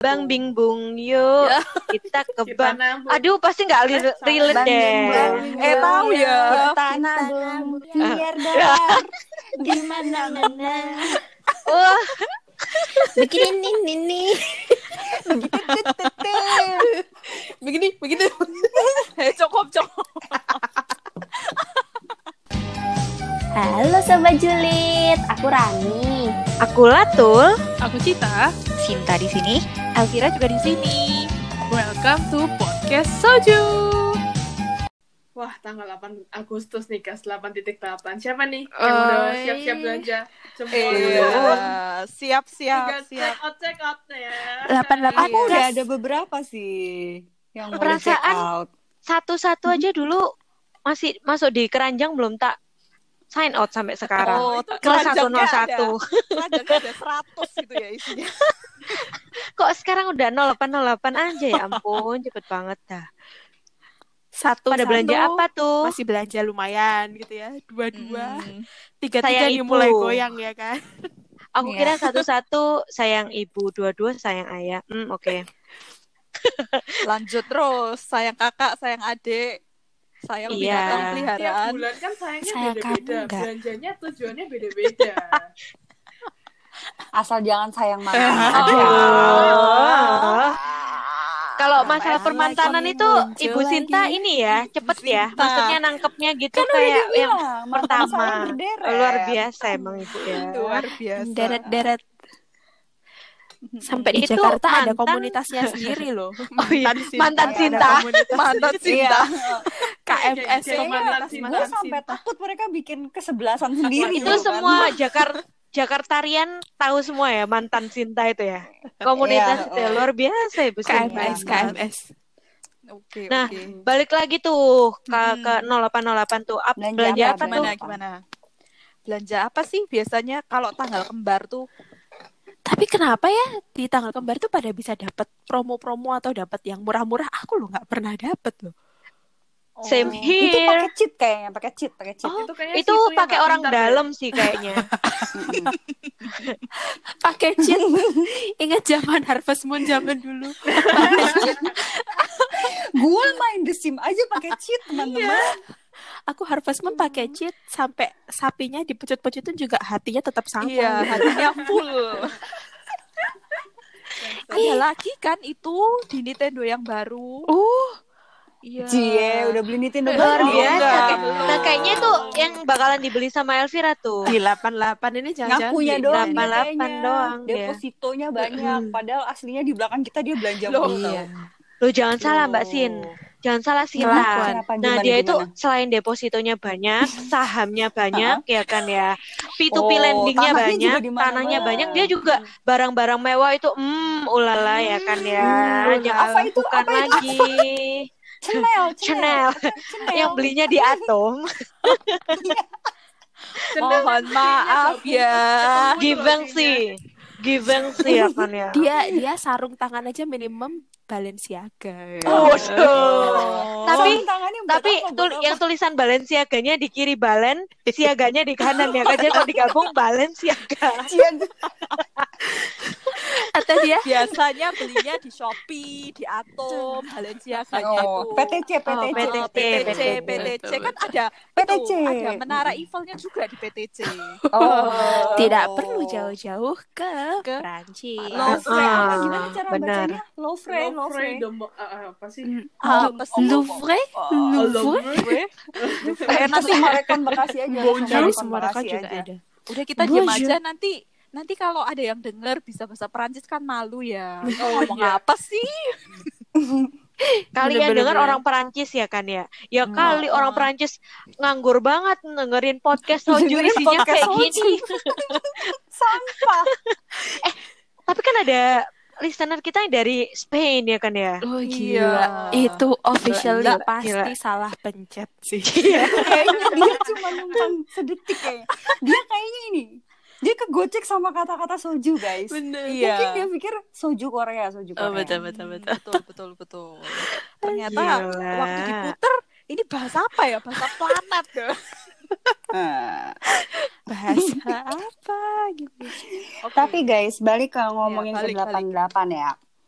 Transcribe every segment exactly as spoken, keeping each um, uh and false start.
Bang Bing Bung yuk Ya. kita ke Kita bang. nabung. Aduh pasti nggak relate relate Bang deh. Bing Bung, Eh tahu ya. Kita nabung miliarder di mana-mana. Wah, Begini nih nih. Begini, begitu. Hei, cukup, cukup. Halo Sobat Julid, aku Rani. aku Latul. Aku Cita. Cinta di sini. Elvira juga di sini. Welcome to podcast Soju. Wah, tanggal delapan Agustus nih, Gas delapan titik delapan. Siapa nih yang Oi. udah siap-siap belanja? Semua Iya, udah. siap, siap, Tinggal siap. check out, check out ya. delapan delapan Aku Gas. udah ada beberapa sih yang mau di check Perasaan out. satu-satu aja dulu masih masuk di keranjang belum tak sign out sampai sekarang. Oh, nol satu nol satu. Keranjangnya ada seratus gitu ya isinya. Kok sekarang udah nol delapan nol delapan aja ya ampun, cepet banget dah. Satu Pada belanja apa tuh? Masih belanja lumayan gitu ya. Dua-dua. Mm. Tiga-tiga Sayang nih ibu. mulai goyang ya kan. Aku Iya. kira satu-satu sayang ibu, dua-dua sayang ayah. Hmm, oke. Lanjut terus, sayang kakak, sayang adik, sayang Iya. binatang Tiap peliharaan. bulan kan sayangnya Sayang beda-beda. kamu nggak? Belanjanya tujuannya beda-beda. Asal jangan sayang mama Oh. aja. Kalau Sampai masalah lagi permantanan itu muncul Ibu Sinta lagi. ini ya, cepet ya. Sinta. Maksudnya nangkepnya gitu Kan udah kayak yang dibilang, mata pertama. saya berderet. Luar biasa emang Ibu ya. Luar biasa. Deret-deret. Sampai di Itu Jakarta ada mantan- komunitasnya sendiri loh. Oh iya, Cinta. mantan Ada Cinta. komunitas Mantan sendiri. cinta. K M S Kayak komunitas mantan Gue mantan sampai cinta. takut mereka bikin kesebelasan sendiri. Itu loh, kan. semua Jakar Jakartarian tahu semua ya mantan Cinta itu ya. Komunitas Iya, itu ya, luar biasa Ibu K M Sinta. S, K M S. Oke, Nah, oke. balik lagi tuh ke Hmm. ke nol delapan nol delapan tuh. Ap- Belanja belanja apa, apa tuh? Gimana, tuh? gimana? Belanja apa sih biasanya kalau tanggal kembar tuh? Tapi kenapa ya di tanggal kembar tuh pada bisa dapat promo-promo atau dapat yang murah-murah? Aku loh nggak pernah dapat loh. Same Oh, Itu here. pakai cheat kayaknya, pakai cheat, pakai cheat. Oh, Itu kayaknya itu situ yang pakai nggak orang pintar dalam sih kayaknya. Mm-mm. Pakai cheat. Ingat zaman Harvest Moon zaman dulu. Gue main The Sim aja pakai cheat, teman-teman. Aku Harvest Moon pakai cheat sampai sapinya dipecut-pecutin juga hatinya tetap sama. Iya, hatinya full. Ada lagi kan itu di Nintendo yang baru. Oh, Iya. Cie, udah beli Nintendo Luar baru. biasa. enggak. Kayak- Nah, kayaknya tuh yang bakalan dibeli sama Elvira tuh. di delapan delapan ini jangan-jangan Ngakunya di- doang delapan dia delapan kayaknya. doang dia. Depositonya banyak, padahal aslinya di belakang kita dia belanja Loh, mulu. Iya. Loh, jangan salah Mbak Sin. Jangan salah Sinta. Kenapa? Nah, Gimana, dia itu gimana? selain depositonya banyak, sahamnya banyak, ya kan ya. P to P Oh, lendingnya tanahnya banyak, juga di mana-mana. tanahnya banyak. Dia juga barang-barang mewah itu, hmm, ulala ya kan ya. Hmm, Jangan apa itu? bukan Apa itu? lagi. Chanel, Chanel. Chanel. Yang belinya di Atom. Mohon maaf ya. Givenchy. Givenchy ya kan ya. dia dia sarung tangan aja minimum Balenciaga. Oh, Oh. Tapi- Sarung tangannya buat Tapi apa, tul- buat apa? yang tulisan Balenciaganya di kiri Balen, siaganya di kanan ya kan. Jadi kalau digabung Balenciaga. Cian. Atau dia Biasanya belinya di Shopee, di Atom, Balenciaga Oh, itu. P T C, P T C. Oh, P T C, Oh, P T C, P P T T C kan ada P T C. itu, ada menara Eiffelnya juga di P T C. Oh. tidak perlu jauh-jauh ke Ke Prancis. Louvre, Ah, apa gimana cara benar. bacanya? Louvre, Louvre. Louvre, apa sih? Ah, Oh, apa sih? Louvre, Oh, Louvre. Kayak nasi marekon Bekasi aja. Bonjour. Dari Marekon semua Bekasi juga aja. ada. Udah kita diam Bonjour. aja nanti. Nanti kalau ada yang dengar bisa bahasa Perancis kan malu ya. Oh, Ngomong iya. apa sih? Kalian Bener-bener dengar ya. orang Perancis ya kan ya? Ya Hmm. kali orang Perancis nganggur banget dengerin podcast Soju Dengerin isinya podcast kayak Soju. gini. Sampah. Tapi kan ada listener kita yang dari Spain ya kan ya? Oh Iya. gila, itu officially Gila, pasti gila. salah pencet sih. Kayaknya dia cuma numpang sedetik kayaknya. Dia kayaknya ini. Dia kegocek sama kata-kata soju, guys. Bener. Iya. Mungkin dia pikir soju Korea, soju Korea. Oh betul betul betul. Betul, betul, betul. Ternyata Gila. waktu diputer, ini bahasa apa ya? Bahasa planet ya? Nah, Bahasa apa gitu. Oke. tapi guys, balik ke ngomongin Iya, balik, ke delapan delapan ya.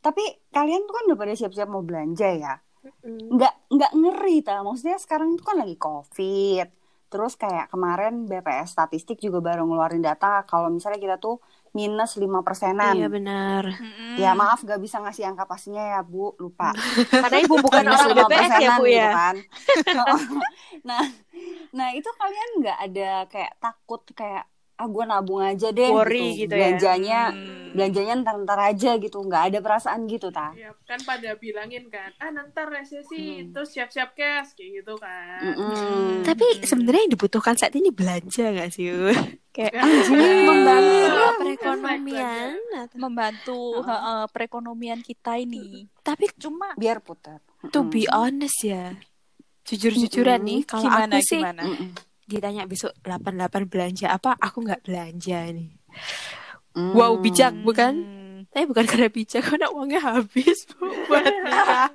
Tapi kalian tuh kan udah pada siap-siap mau belanja ya. Nggak nggak ngeri ta. Maksudnya sekarang itu kan lagi COVID. Terus kayak kemarin B P S statistik juga baru ngeluarin data kalau misalnya kita tuh minus lima persenan. Iya benar. Ya maaf gak bisa ngasih angka pastinya ya Bu, lupa. Karena ibu bukan Minus orang B lima P S ya persenan Bu gitu ya. kan. Nah, nah itu kalian nggak ada kayak takut kayak ah gue nabung aja deh Worry gitu, gitu ya. belanjanya Hmm. belanjanya ntar-ntar aja gitu, nggak ada perasaan gitu ta? Ya, kan pada bilangin kan, ah nanti resesi, Hmm. terus siap-siap cash, kayak gitu kan. Mm-mm. Tapi sebenarnya yang dibutuhkan saat ini belanja nggak sih? U? Kayak Anjir. membantu Iya. perekonomian. atau- Membantu heeh, perekonomian kita ini. Tapi Cuma Biar putar. to be honest ya, jujur-jujuran nih, kalau gimana aku sih gimana? Mm-mm. ditanya besok delapan delapan belanja apa, aku nggak belanja nih. Mm. Wow, bijak bukan? Hmm. Tapi bukan karena bijak, karena uangnya habis Bu, buat nikahan.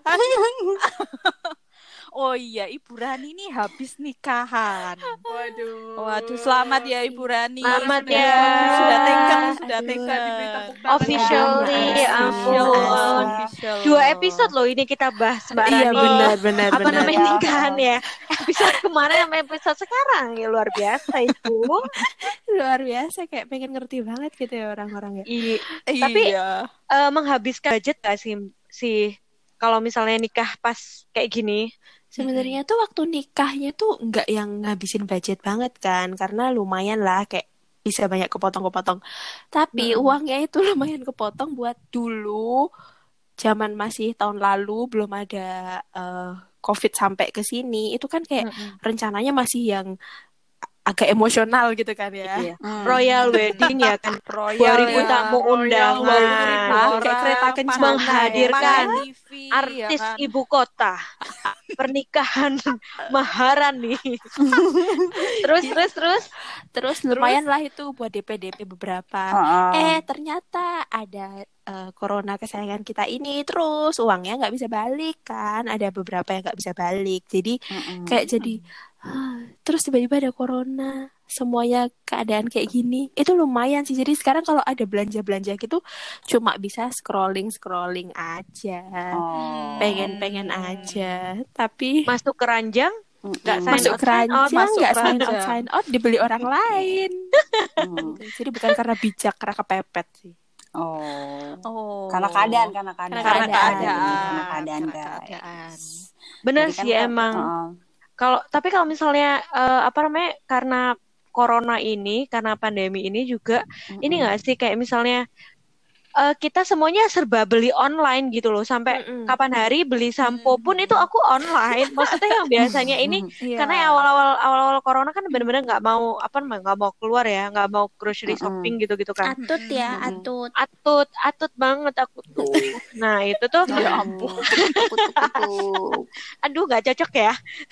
Oh iya, Ibu Rani ini habis nikahan. Waduh. Waduh, selamat ya Ibu Rani. Selamat sudah, ya. Sudah teken, sudah Aduh. teken. Diberi tepuk tangan. Officially, ya ampun. Official. Dua episode loh ini kita bahas Mbak Iya Rani. benar benar Apa benar. namanya Ya. nikahan ya? Episode kemarin sama episode sekarang ya luar biasa Ibu. Luar biasa, kayak pengen ngerti banget gitu ya orang-orang ya. I- Tapi Iya. eh, menghabiskan budget gak sih sih kalau misalnya nikah pas kayak gini? Sebenarnya tuh waktu nikahnya tuh nggak yang ngabisin budget banget kan, karena lumayan lah kayak bisa banyak kepotong-kepotong. Tapi Mm-mm. uangnya itu lumayan kepotong buat dulu zaman masih tahun lalu belum ada eh, COVID sampai ke sini. Itu kan kayak Mm-mm. rencananya masih yang agak emosional gitu kan ya. Iya. Hmm. Royal wedding ya kan. Royal dua ribu ya. tamu Royal undangan. wedding. Kayak kereta kencana Menghadirkan T V, Artis ya kan? ibu kota. Pernikahan Maharani. Terus terus terus. Terus lumayan lah itu buat D P D P beberapa. Heeh. Eh ternyata ada eh, corona kesayangan kita ini, terus uangnya nggak bisa balik kan, ada beberapa yang nggak bisa balik, jadi Mm-mm. kayak jadi terus tiba-tiba ada corona, semuanya keadaan kayak gini, itu lumayan sih. Jadi sekarang kalau ada belanja-belanja gitu cuma bisa scrolling scrolling aja, Oh. pengen-pengen aja, tapi Masuk keranjang. Nggak Mm-mm. sign masuk out, sign out, keranjang masuk nggak sign out keranjang. sign out dibeli orang lain. Mm. Jadi bukan karena bijak, karena kepepet sih. Oh. Oh. Karena keadaan, karena keadaan. Karena keadaan. Karena keadaan, Karena guys. keadaan. Bener Jadi kan sih kan- emang. Heeh. Kalau tapi kalau misalnya eh, apa namanya karena corona ini, karena pandemi ini juga ini nggak sih kayak misalnya eh, kita semuanya serba beli online gitu loh, sampai Mm-mm. kapan hari beli sampo pun itu aku online. Maksudnya yang biasanya ini Iya. karena yang awal-awal awal-awal corona kan bener-bener nggak mau apa namanya nggak mau keluar ya, nggak mau grocery Mm-mm. shopping gitu-gitu kan. Atut ya, Mm-mm. atut. Atut, atut banget aku tuh. Nah itu tuh, Ya ampun. Kutuk-kutuk. aduh nggak cocok ya.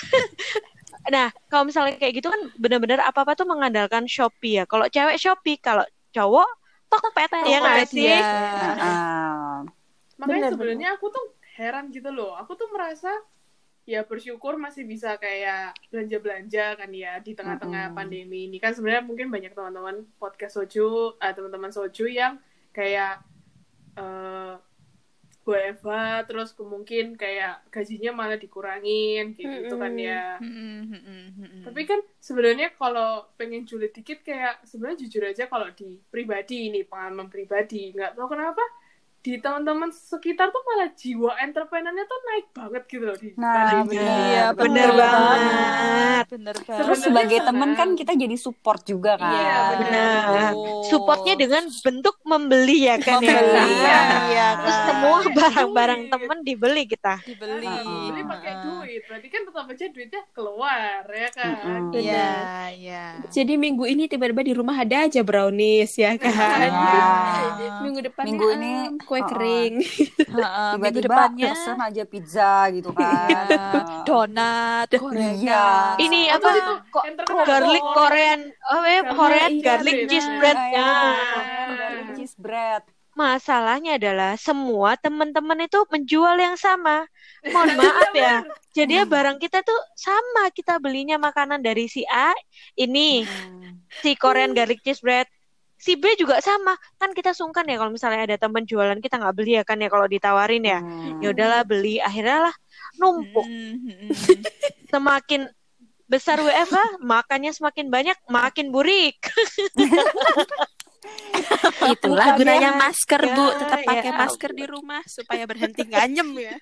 Nah kalau misalnya kayak gitu kan bener-bener apa-apa tuh mengandalkan Shopee ya. Kalau cewek Shopee, kalau cowok Tokped ya nggak sih? Iya. Heeh. Makanya Bener, sebenarnya aku tuh heran gitu loh. Aku tuh merasa ya bersyukur masih bisa kayak belanja-belanja kan ya di tengah-tengah Mm-mm. pandemi ini. Kan sebenarnya mungkin banyak teman-teman podcast soju, eh, teman-teman soju yang kayak eh W F H terus mungkin kayak gajinya malah dikurangin kayak gitu kan ya. Tapi kan sebenarnya kalau pengen julid dikit kayak sebenarnya jujur aja kalau di pribadi ini pengalaman pribadi nggak tahu kenapa di teman-teman sekitar tuh malah jiwa entrepreneurnya tuh naik banget gitu loh di Nah, pandemi. bener. Iya, bener banget. Bener banget. Terus Sebenarnya sebagai senang. temen kan kita jadi support juga kan. Iya, benar. Betul. Supportnya dengan bentuk membeli ya kan ya. Membeli, Iya. iya Terus kan. semua barang-barang Duit. temen dibeli kita. dibeli. Uh-uh. Beli pakai Uh-uh. duit, berarti kan tetap aja duitnya keluar ya kan. Mm-mm. Iya, iya. Jadi minggu ini tiba-tiba di rumah ada aja brownies ya kan. Nah, Minggu depan Minggu ini, kue uh-uh. kering. Heeh, minggu tiba-tiba depannya pesen aja pizza gitu kan. Iya, donat, gorengan. Iya. Ini Apa apa? itu? Kok Yang terkenal garlic Korea. Korean, oh ya, Garlic, Korean iya, garlic bener. cheese bread. Iya, Nah, garlic cheese bread. masalahnya adalah semua teman-teman itu menjual yang sama. Mohon maaf ya. Jadi ya barang kita tuh sama. Kita belinya makanan dari si A, ini Hmm. si Korean garlic cheese bread. si B juga sama. Kan kita sungkan ya kalau misalnya ada teman jualan kita nggak beli ya kan ya kalau ditawarin ya. Hmm. Ya udahlah beli. Akhirnya lah numpuk. Hmm. Semakin besar W F H, makannya semakin banyak, makin burik. Itulah Bukannya- gunanya masker, Bu. Ya, Tetap pakai ya masker di rumah supaya berhenti nganyem ya.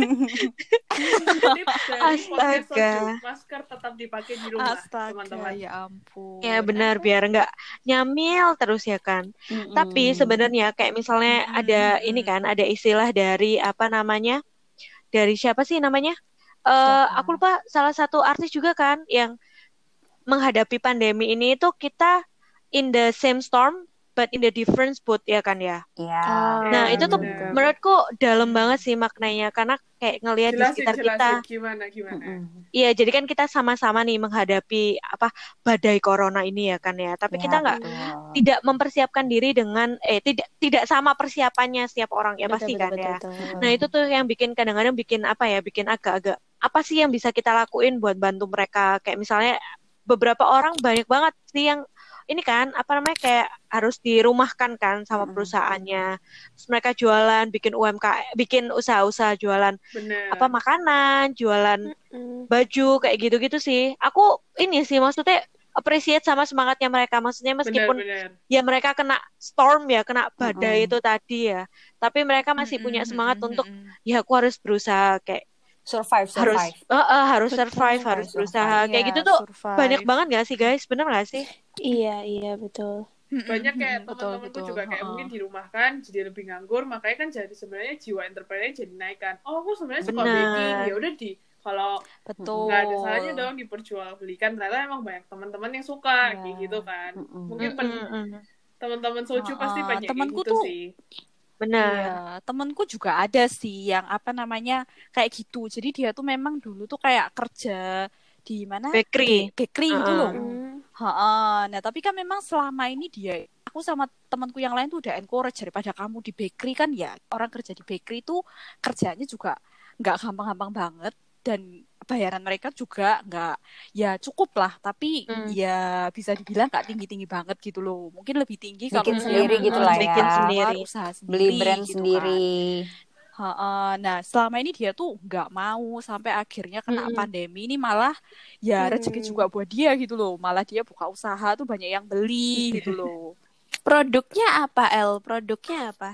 Tips dari podcast Astaga. Soju, masker tetap dipakai di rumah, Astaga, teman-teman. ya ampun. Ya benar, biar nggak nyamil terus ya kan. Mm-mm. Tapi sebenarnya kayak misalnya Mm-mm, ada mm-mm. ini kan, ada istilah dari apa namanya? Dari siapa sih namanya? Eh, Siapa? aku lupa, salah satu artis juga kan yang menghadapi pandemi ini itu kita in the same storm but in the different boat ya kan ya. Iya. Nah, Iya, itu tuh benar. menurutku dalam banget sih maknanya karena kayak ngelihat di Jelasin, sekitar kita. jelasin gimana gimana. Mm-mm. Iya, jadi kan kita sama-sama nih menghadapi apa badai corona ini ya kan ya. Tapi Iya, kita nggak betul. tidak mempersiapkan diri dengan eh tidak tidak sama persiapannya setiap orang ya pasti kan ya. Nah, itu tuh yang bikin kadang-kadang bikin apa ya, bikin agak-agak apa sih yang bisa kita lakuin buat bantu mereka? Kayak misalnya beberapa orang banyak banget sih yang ini kan apa namanya kayak harus dirumahkan kan sama Mm-mm. perusahaannya. Terus mereka jualan, bikin U M K, bikin usaha-usaha jualan Bener. apa makanan, jualan Mm. baju kayak gitu-gitu sih. Aku ini sih maksudnya appreciate sama semangatnya mereka. Maksudnya meskipun Bener, bener. ya mereka kena storm ya, kena badai Mm-mm. itu tadi ya. Tapi mereka masih punya semangat untuk ya aku harus berusaha kayak Survive, harus survive. eh, eh, harus Betul, survive, harus survive. berusaha kayak Iya, gitu tuh survive. banyak banget gak sih guys? Bener gak sih? Iya, iya betul. Banyak kayak Betul, teman-temanku betul. juga kayak Ha-ha. mungkin dirumahkan jadi lebih nganggur, makanya kan jadi sebenarnya jiwa entrepreneur jadi naik kan. Oh, aku sebenarnya suka Bener. baking, ya udah di kalau Betul. nggak ada salahnya dong diperjualbelikan, ternyata emang banyak teman-teman yang suka Ya. kayak gitu kan. Mm-mm. Mungkin pen- Mm-mm. teman-teman soju Ha-ha. pasti banyak kayak Temanku gitu tuh- sih. Benar. Iya, temenku juga ada sih yang apa namanya kayak gitu. Jadi dia tuh memang dulu tuh kayak kerja di mana? Bakery. Di bakery gitu Uh-uh. loh. Mm. Ha-ha. Nah, tapi kan memang selama ini dia, aku sama temanku yang lain tuh udah encourage daripada kamu di bakery kan ya. Orang kerja di bakery tuh kerjanya juga nggak gampang-gampang banget dan bayaran mereka juga nggak ya cukup lah. Tapi Hmm. ya bisa dibilang nggak tinggi-tinggi banget gitu loh. Mungkin lebih tinggi kalau Bikin dia sendiri mau gitu lah ya. bikin Sendiri. usaha sendiri Beli brand gitu sendiri. kan. Ha-ha. Nah, selama ini dia tuh nggak mau sampai akhirnya kena Mm-mm. pandemi ini malah ya rezeki Hmm. juga buat dia gitu loh. Malah dia buka usaha tuh banyak yang beli gitu loh. Produknya apa, El? Produknya apa?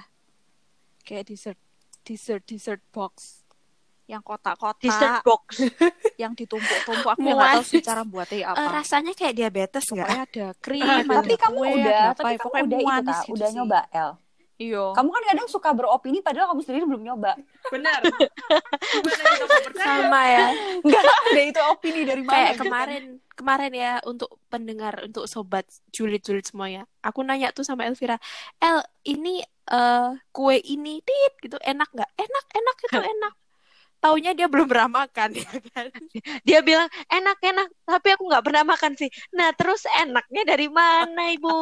Kayak dessert, dessert, dessert box yang kotak-kotak, Dessert box. yang ditumpuk-tumpuk. Aku ya nggak tahu sih cara buatnya Eh, apa. rasanya kayak diabetes nggak? Pokoknya ada krim, Ah, ada Tapi kamu kue, udah, ada apa tapi ya. kamu Pokoknya udah itu manis tak, gitu udah sih. nyoba El. Iya. Kamu kan kadang suka beropini padahal kamu sendiri belum nyoba. Benar. Gimana kita mau percaya? Sama ya. Enggak ada itu opini dari mana? Kayak kemarin kemarin ya untuk pendengar, untuk sobat julid-julid semuanya. Aku nanya tuh sama Elvira, El, ini eh, kue ini tit gitu enak nggak? Enak, enak itu enak. Taunya dia belum pernah makan ya kan. Dia bilang enak-enak, tapi aku nggak pernah makan sih. Nah, terus enaknya dari mana, Ibu?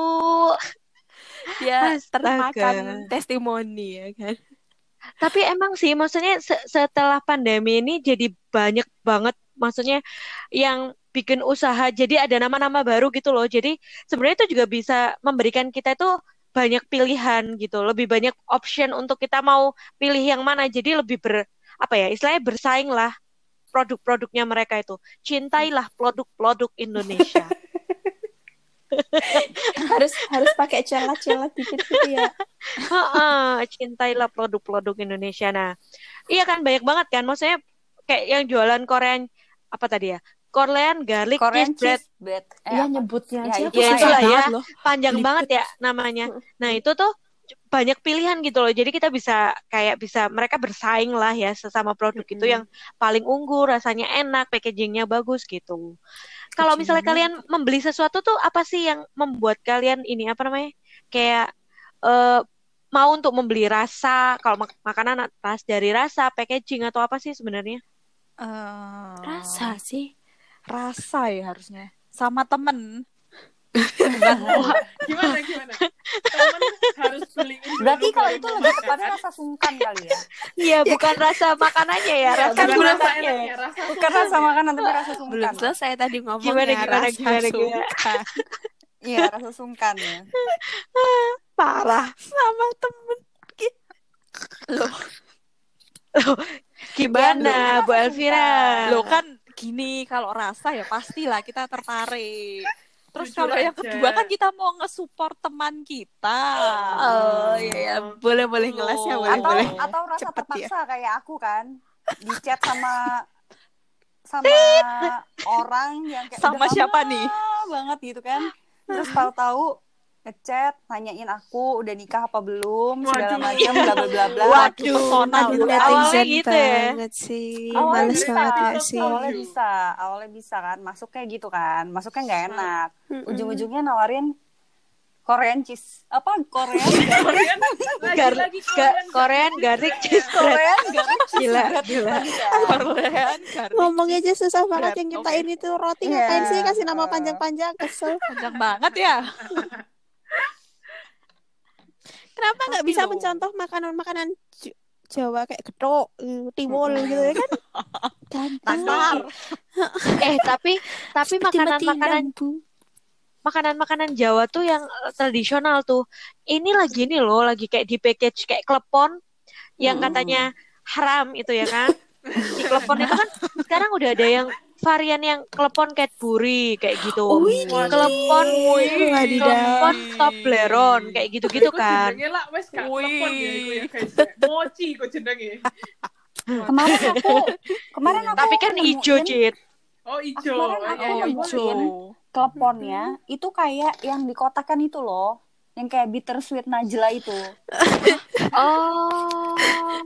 Dia Astaga. termakan testimoni ya kan. Tapi emang sih, maksudnya se- setelah pandemi ini jadi banyak banget, maksudnya yang bikin usaha. Jadi ada nama-nama baru gitu loh. Jadi sebenarnya itu juga bisa memberikan kita itu banyak pilihan gitu, lebih banyak option untuk kita mau pilih yang mana. Jadi lebih ber apa ya, istilahnya bersaing lah produk-produknya mereka itu. Cintailah produk-produk Indonesia. harus harus pakai celat-celat dikit gitu ya. Heeh, cintailah produk-produk Indonesia. Nah, iya kan banyak banget kan. Maksudnya kayak yang jualan Korean apa tadi ya? Korean garlic Korean cheese bread. cheese bread. Eh, Iya apa? nyebutnya Ya, aja itu aku Ya susah itulah ya, banget loh. panjang Lipit. banget ya namanya. Nah, itu tuh banyak pilihan gitu loh. Jadi kita bisa kayak bisa mereka bersaing lah ya sesama produk itu Mm-mm. yang paling unggul, rasanya enak, packagingnya bagus gitu. Kalau misalnya kalian membeli sesuatu tuh apa sih yang membuat kalian ini apa namanya? Kayak eh, mau untuk membeli rasa, kalau mak- makanan atas dari rasa, packaging atau apa sih sebenarnya? Eh, Rasa sih. rasa ya harusnya. Sama temen. Gimana gimana? Temen harus beli ini Berarti dulu kalau baru itu mau lebih makan, tepatnya kan? rasa sungkan kali ya. Iya, bukan rasa makanannya ya, rasa Bukan belum- rasa rasanya. enaknya, rasa Bukan rasa makanan tapi rasa Belum sungkan. selesai tadi ngomongnya Gimana, gimana, rasa gimana, gimana? suka. Iya, rasa sungkan ya. Parah. Sama temen. Loh, Gimana Bu Elvira? loh kan gini, kalau rasa ya pastilah kita tertarik. Terus Jujur kalau yang aja. kedua kan kita mau nge-support teman kita. Oh iya ya, boleh boleh ngelas ya, boleh Atau boleh. atau rasa Cepet terpaksa kayak aku kan. Di chat sama sama orang yang kayak Sama udah siapa lama nih? banget gitu kan. Terus tahu-tahu ngechat nanyain aku udah nikah apa belum segala Waduh. macam bla bla bla bla. Waduh, personal gitu kan. Awalnya netizen gitu ya. banget sih. Awalnya Males bisa, banget gak sih? awalnya bisa, awalnya bisa kan, masuknya gitu kan, masuknya nggak enak, Mm-mm. ujung-ujungnya nawarin Korean cheese, apa Korean Korean Gar- lagi-lagi ga- Korean garlic cheese bread. Korean garlic cheese Gila, bread gila. lagi kan. Korean garlic Ngomongnya aja susah banget bread, yang nyiptain oke. itu roti Iya. ngapain sih kasih nama panjang-panjang, kesel. panjang banget ya. Kenapa nggak Tapi bisa loh. mencontoh makanan-makanan J- Jawa kayak getuk, eh, tiwul gitu ya kan? Gampang. Nastar. Eh tapi tapi Seperti makanan-makanan Betina, Bu. makanan-makanan Jawa tuh yang eh, tradisional tuh. Ini lagi nih loh, lagi kayak di package kayak klepon yang Hmm. katanya haram itu ya kan. Di klepon itu kan sekarang udah ada yang varian yang klepon Cadbury kayak gitu. Wih, Klepon wadidaw. klepon Toblerone kayak gitu-gitu Iku kan. jenenge lah wes gak Wih. telepon ya iku ya guys. Mochi iku jenenge. Kemarin aku, kemarin aku Tapi kan nemuin ijo, Cit. Oh ijo. Kemarin Oh, aku iya, iya, nemuin boleh. kleponnya itu kayak yang dikotakan itu loh, yang kayak bittersweet Najla itu. Oh.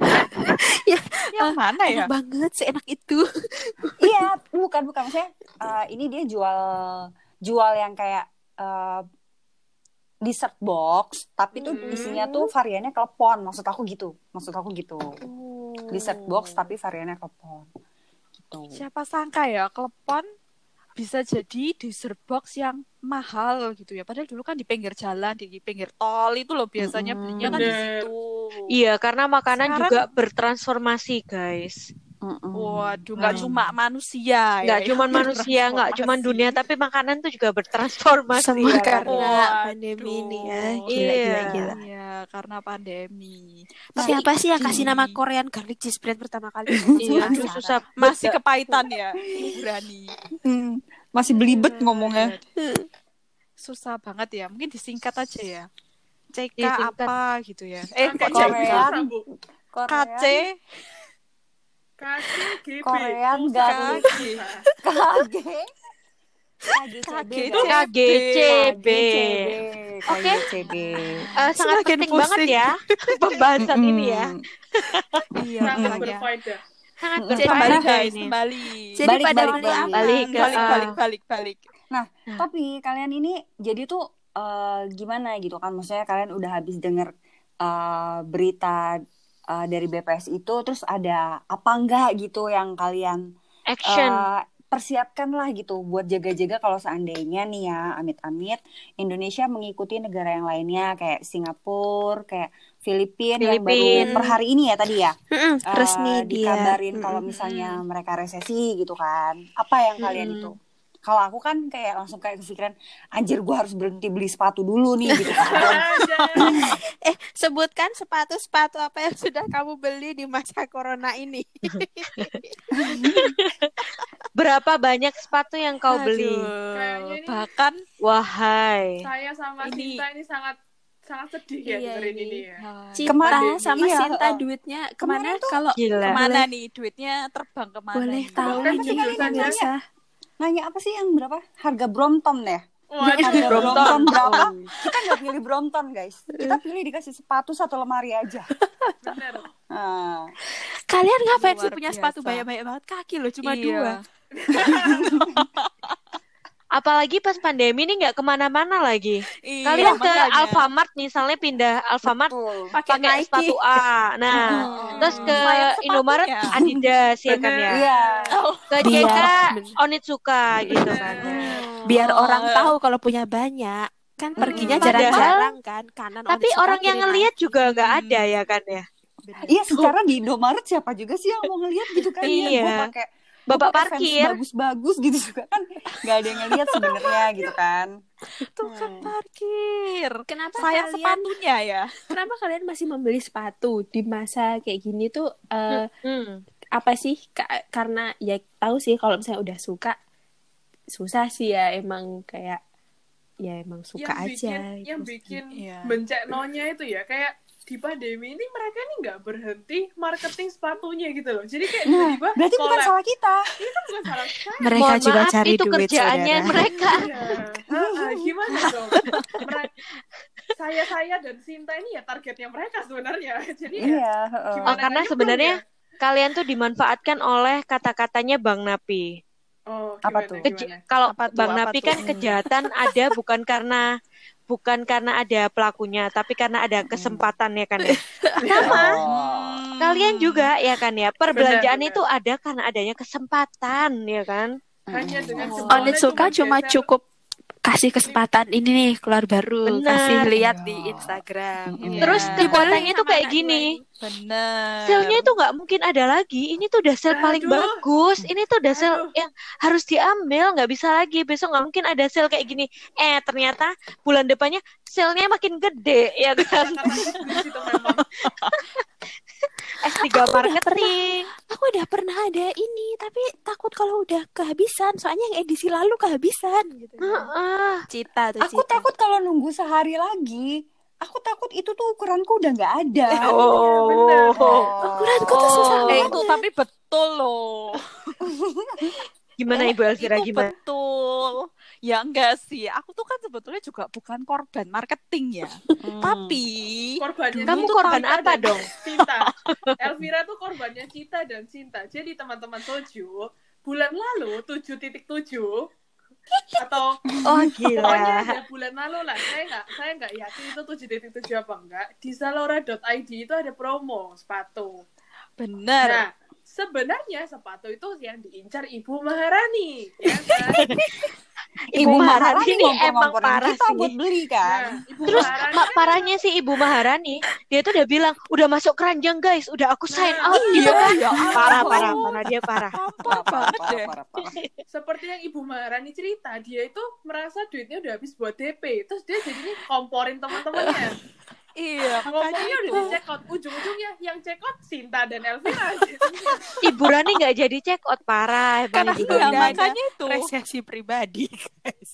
Yang mana ya? Enak banget, seenak itu. Iya, bukan bukan maksudnya eh, ini dia jual jual yang kayak eh, dessert box, tapi tuh Hmm. isinya tuh variannya klepon. Maksud aku gitu. Maksud aku gitu. Dessert box tapi variannya klepon. Gitu. Siapa sangka ya klepon bisa jadi dessert box yang mahal gitu ya. Padahal dulu kan di pinggir jalan, di pinggir tol itu loh biasanya Mm-mm. belinya kan di Bener. situ. Iya, karena makanan Sekarang- juga bertransformasi, guys. Mm-mm. Waduh, nggak Hmm. cuma manusia Nggak ya. cuma yang manusia, nggak cuma bertransformasi. dunia, tapi makanan tuh juga bertransformasi. Semua ya kan? karena Waduh. pandemi ini ya. Gila, Iya. gila, gila. Iya, karena pandemi. Siapa sih yang kasih di- nama Korean garlic cheese bread pertama kali? Iya, itu susah. Masih kepahitan ya, berani. Hmm, masih belibet ngomongnya. Susah banget ya. Mungkin disingkat aja ya. C K Disingkat. apa gitu ya. Eh, Oke, kok Korean. C K? Korean. Bu. K C, Korean, K C G B. Korean Susah. garlic. K G. K G, K G C B, K K G C B. Oke. K G C B. Eh, sangat Semakin penting pusing. banget ya pembahasan ini ya. Iya, Sangat makanya. berfaedah. Sangat Mm-mm. Kembali berfaedah guys, ini. kembali. Jadi Balik, pada balik, waktu balik. apa? Balik ke- balik, ah. balik, balik, balik. Tapi kalian ini jadi tuh eh, gimana gitu kan? Maksudnya kalian udah habis denger eh, berita eh, dari B P S itu, terus ada apa enggak gitu yang kalian Action. eh, persiapkan lah gitu buat jaga-jaga kalau seandainya nih ya, amit-amit Indonesia mengikuti negara yang lainnya kayak Singapura, kayak Filipina yang Filipin. baru per hari ini ya tadi ya. Mm-mm, eh, resmi dia. dikabarin kalau Mm-mm. misalnya mereka resesi gitu kan. Apa yang kalian Mm-mm. itu? Kalau aku kan kayak langsung kayak kepikiran, anjir gue harus berhenti beli sepatu dulu nih gitu kan. Eh, sebutkan sepatu-sepatu apa yang sudah kamu beli di masa corona ini. Berapa banyak sepatu yang kau Aduh, beli? Kayaknya ini- bahkan Wahai. Saya sama Ini- Cinta ini sangat sangat sedih ya Iya, dengerin ini. ini ya. Cinta Kemarin- sama iya, Sinta uh, duitnya kemarin kemana? tuh- Kalau Gila. kemana nih duitnya terbang kemana? boleh nih? tahu Kan nih jujur saja. pemirsa. Nanya apa sih yang berapa? Harga Brompton ya? Waduh. Harga Brompton. Brompton berapa? Oh. Kita nggak pilih Brompton guys. Kita pilih dikasih sepatu satu lemari aja. Bener. Nah, Kalian ngapain sih Luar punya biasa. sepatu banyak-banyak banget kaki loh cuma Iya. dua. Apalagi pas pandemi ini nggak kemana-mana lagi. Iya, Kalian ke makanya. Alfamart misalnya pindah Alfamart betul. Pakai pakai Nike. sepatu A. Nah, Hmm. terus ke Sayang sepatunya. Indomaret Adidas ya kan ya. Iya. Ke Biar- C K bener. Onitsuka gitu kan. Biar Oh. orang tahu kalau punya banyak. Kan perginya Padahal- jarang-jarang kan kanan Tapi Onitsuka, orang yang kiri ngelihat Nike. juga nggak ada ya kan ya. Bener. Iya, secara di Indomaret siapa juga sih yang mau ngelihat gitu kan? Iya. Gue pakai Bapak pakai fans parkir. bagus-bagus gitu juga kan nggak ada yang ngeliat sebenarnya gitu kan. Tukang Hmm. parkir. Kenapa Sayang kalian sepatunya ya. kenapa kalian masih membeli sepatu di masa kayak gini tuh eh, Hmm. apa sih? Ka- karena ya tahu sih kalau misalnya udah suka susah sih ya emang kayak ya emang suka yang aja bikin, yang gitu. bikin Iya. benceknonya itu ya kayak di pandemi ini mereka ini nggak berhenti marketing sepatunya gitu loh. Jadi kayak Nah, tiba-tiba berarti bukan collab. salah kita. Ini kan bukan salah saya. Mereka Mohon juga maaf, cari itu duit, kerjaannya saudara. mereka. Iya. Ah, ah, gimana dong? Mere- saya saya dan Sinta ini ya targetnya mereka sebenarnya. Jadi ya Iya, heeh. gimana Oh, karena nggak nyemplung sebenarnya ya? kalian tuh dimanfaatkan oleh kata-katanya Bang Napi. Oh, Apa gimana, tuh? Keja- gimana? kalau Apa tuh, Bang apa Napi tuh? kan kejahatan ada bukan karena bukan karena ada pelakunya, tapi karena ada kesempatan ya kan ya. Sama, Oh. kalian juga ya kan ya. Perbelanjaan Benar, itu ada karena adanya kesempatan ya kan. Hanya dengan Oh. jempolnya Onitsuka cuma geser. cukup kasih kesempatan ini nih keluar baru, Benar. kasih lihat Iya. di Instagram. Mm-mm. Terus Iya. dipotongnya tuh Sama kayak anak gini. dua ini. Bener. Sale-nya itu nggak mungkin ada lagi. Ini tuh udah sale paling Aduh. bagus. Ini tuh udah sale Aduh. yang harus diambil. Nggak bisa lagi. Besok nggak mungkin ada sale kayak gini. Eh, ternyata bulan depannya sale-nya makin gede. Ya kan? Kata Inggris itu memang. S tiga marketing. Aku udah pernah ada ini, tapi takut kalau udah kehabisan. Soalnya yang edisi lalu kehabisan gitu. Heeh. Cita tuh Aku cita. takut kalau nunggu sehari lagi. Aku takut itu tuh ukuranku udah nggak ada. Oh. benar. Ukuranku tuh susah Oh. Eh banget. itu tapi betul loh. Gimana Ibu Elvira, Itu gimana? betul. Ya enggak sih. Aku tuh kan sebetulnya juga bukan korban marketing ya. Hmm. Tapi Korbannya Kamu Cinta korban dan apa dong? Cinta. Elvira tuh korbannya Cinta dan Cinta. Jadi teman-teman Soju, bulan lalu tujuh titik tujuh atau Oh pokoknya gila. ada bulan lalu lah. Saya nggak saya nggak yakin itu tujuh titik tujuh apa enggak. Di zalora dot i d itu ada promo sepatu. bener. Nah, sebenarnya sepatu itu yang diincar Ibu Maharani, ya kan? Ibu Maharani ini ngompor-ngomporin emang parah kita sih. buat beli Nah, kan. Ibu Terus Maharani mak kan parahnya sih Ibu Maharani, dia tuh udah bilang udah masuk keranjang guys, udah aku sign Nah, out gitu Iya, kan. ya ampun. Parah parah parah dia parah. Sampah banget deh. parah, parah. seperti yang Ibu Maharani cerita, dia itu merasa duitnya udah habis buat D P, terus dia jadinya komporin teman-temannya. Iya, makanya Ngomongnya udah itu. di check out, ujung-ujungnya yang check out Sinta dan Elvira. Ibu Rani nggak jadi check out parah Karena emang Ibu udah Iya, Rani. ada makanya itu. resesi pribadi, guys.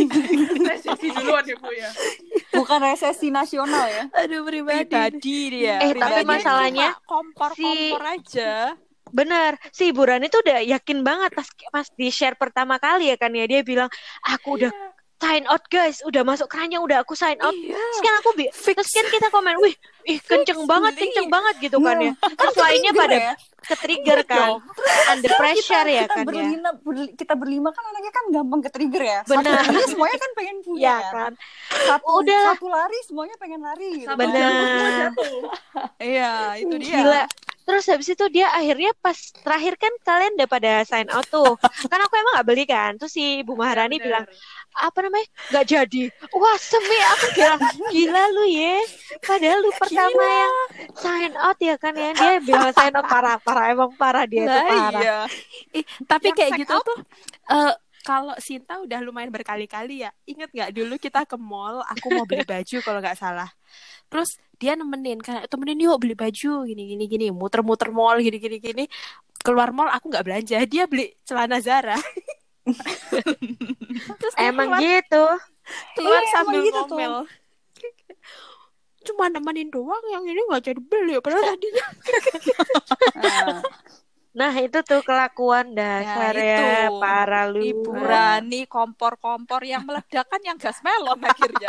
Resesi duluan ya Bu ya. Bukan resesi nasional ya. Aduh, pribadi. Pribadi dia. Eh, Pribadinya tapi masalahnya cuma kompor-kompor aja. Bener, si Ibu Rani tuh udah yakin banget pas pas di share pertama kali ya kan ya, dia bilang aku udah sign out guys, udah masuk keranjang, udah aku sign out. Iya. Terus kan aku bi- Fix. terus kan kita komen, wih, ih kenceng banget, beli. kenceng banget gitu kan ya. Terus Kan lainnya ke-trigger pada ya. ke-trigger kan, under pressure ya kita kan ya. berlima, berli- kita berlima kan anaknya kan gampang ke trigger ya. Benar. Satu ini semuanya kan pengen punya Ya kan. kan, Satu, Udah. satu lari semuanya pengen lari gitu. Satu Bener. jam semua jatuh. Iya, itu dia. gila. Terus habis itu dia akhirnya pas terakhir kan kalian udah pada sign out tuh. Kan aku emang gak beli kan. Terus si Bu Maharani Bener. bilang, apa namanya, nggak jadi. Wah semi, aku bilang gila lu ya, padahal lu pertama yang sign out ya kan ya. Dia bilang sign out, parah parah emang parah dia tuh Lah parah. iya. Ih, tapi Yang kayak check gitu out. tuh eh kalau Sinta udah lumayan berkali-kali ya. Ingat nggak dulu kita ke mall, aku mau beli baju kalau nggak salah. Terus dia nemenin, kayak temenin yuk beli baju gini gini gini, muter-muter mall gini gini gini. Keluar mall aku nggak belanja, dia beli celana Zara. Terus dia Emang keluar, gitu. keluar Iya, sambil emang gitu tuh. ngomel. Cuma nemenin doang, yang ini nggak jadi beli. Padahal tadinya Nah, Nah itu tuh kelakuan dasar Nah, ya, itu. parah lu. Ibu Rani kompor-kompor yang meledak kan yang gas melon akhirnya.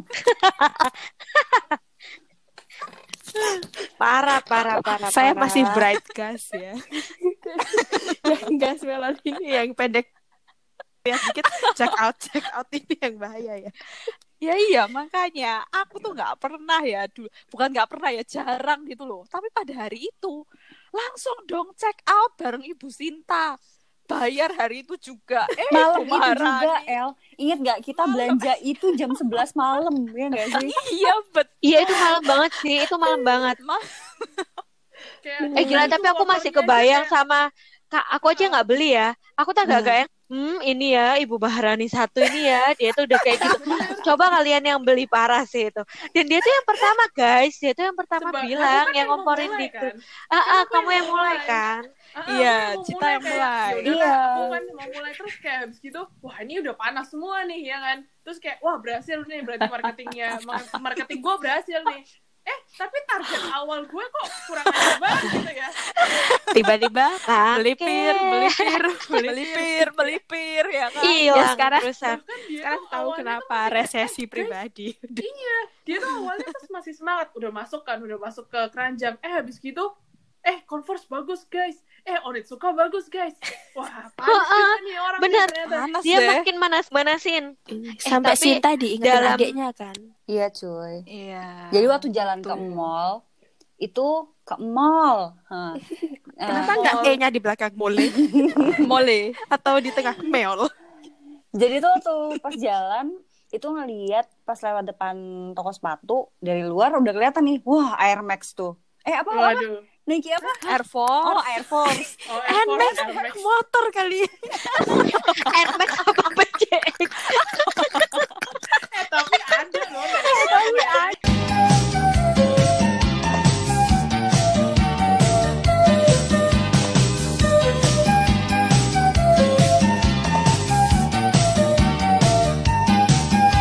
Parah parah parah. saya parah. masih bright gas ya. Yang gas melon ini yang pendek. Lihat dikit check out check out ini yang bahaya ya. Ya iya, makanya aku tuh nggak pernah ya dulu, bukan nggak pernah ya, jarang gitu loh. Tapi pada hari itu langsung dong check out bareng Ibu Sinta. Bayar hari itu juga. Eh, malam Bu itu juga Maharani. El. Ingat gak kita belanja itu jam sebelas malam ya gak sih? Iya betul. Iya itu malam banget sih, itu malam banget. Ma- Kayak Eh gila, itu tapi aku masih motornya kebayang kayak- sama Kak, aku aja nggak beli ya. Aku tak agak yang, hmm ini ya Ibu Maharani satu ini ya. Dia tuh udah kayak gitu. Coba kalian yang beli parah sih itu. Dan dia tuh yang pertama guys. Dia tuh yang pertama Sebab- bilang, aku kan yang mau ngomporin mulai, gitu. kan? Ah, ah, Kan aku kamu yang mau mulai kan. Ah, aku Iya, yang mau Cita mulai yang kayak, mulai. "Yaudah Iya. lah, aku kan mau mulai terus kayak habis gitu, wah ini udah panas semua nih ya kan. Terus kayak wah berhasil nih berarti marketingnya, mar- marketing gue berhasil nih. Eh tapi target awal gue kok kurang aja banget gitu ya. Tiba-tiba Bangke. melipir, melipir, melipir melipir ya kan. Hilang Ya, sekarang- terusan. Bahkan dia Sekarang tuh tahu awalnya kenapa tuh masih kayak, resesi "Eh, guys, pribadi. Iya, dia tuh awalnya pas masih semangat, udah masuk kan, udah masuk ke keranjang. Eh habis gitu, eh Converse bagus guys, eh Onitsuka bagus guys. Wah panas Oh, juga ah, nih orang bener. ternyata. Panas Dia deh. makin manas-manasin. Sampai tapi Sinta diingetin dalam- adiknya kan. Iya cuy. Iya. Jadi waktu jalan ke Betul. mall itu ke mall. Hah. Kenapa Eh, nggak E-nya di belakang mole Mole. atau di tengah meol? jadi tuh tuh pas jalan itu ngeliat pas lewat depan toko sepatu dari luar udah kelihatan nih, wah Air Max tuh. Eh apa apa? Waduh. Nike apa? Air Force. Oh Air Force. Oh, Air Force, Air Max. Motor kali.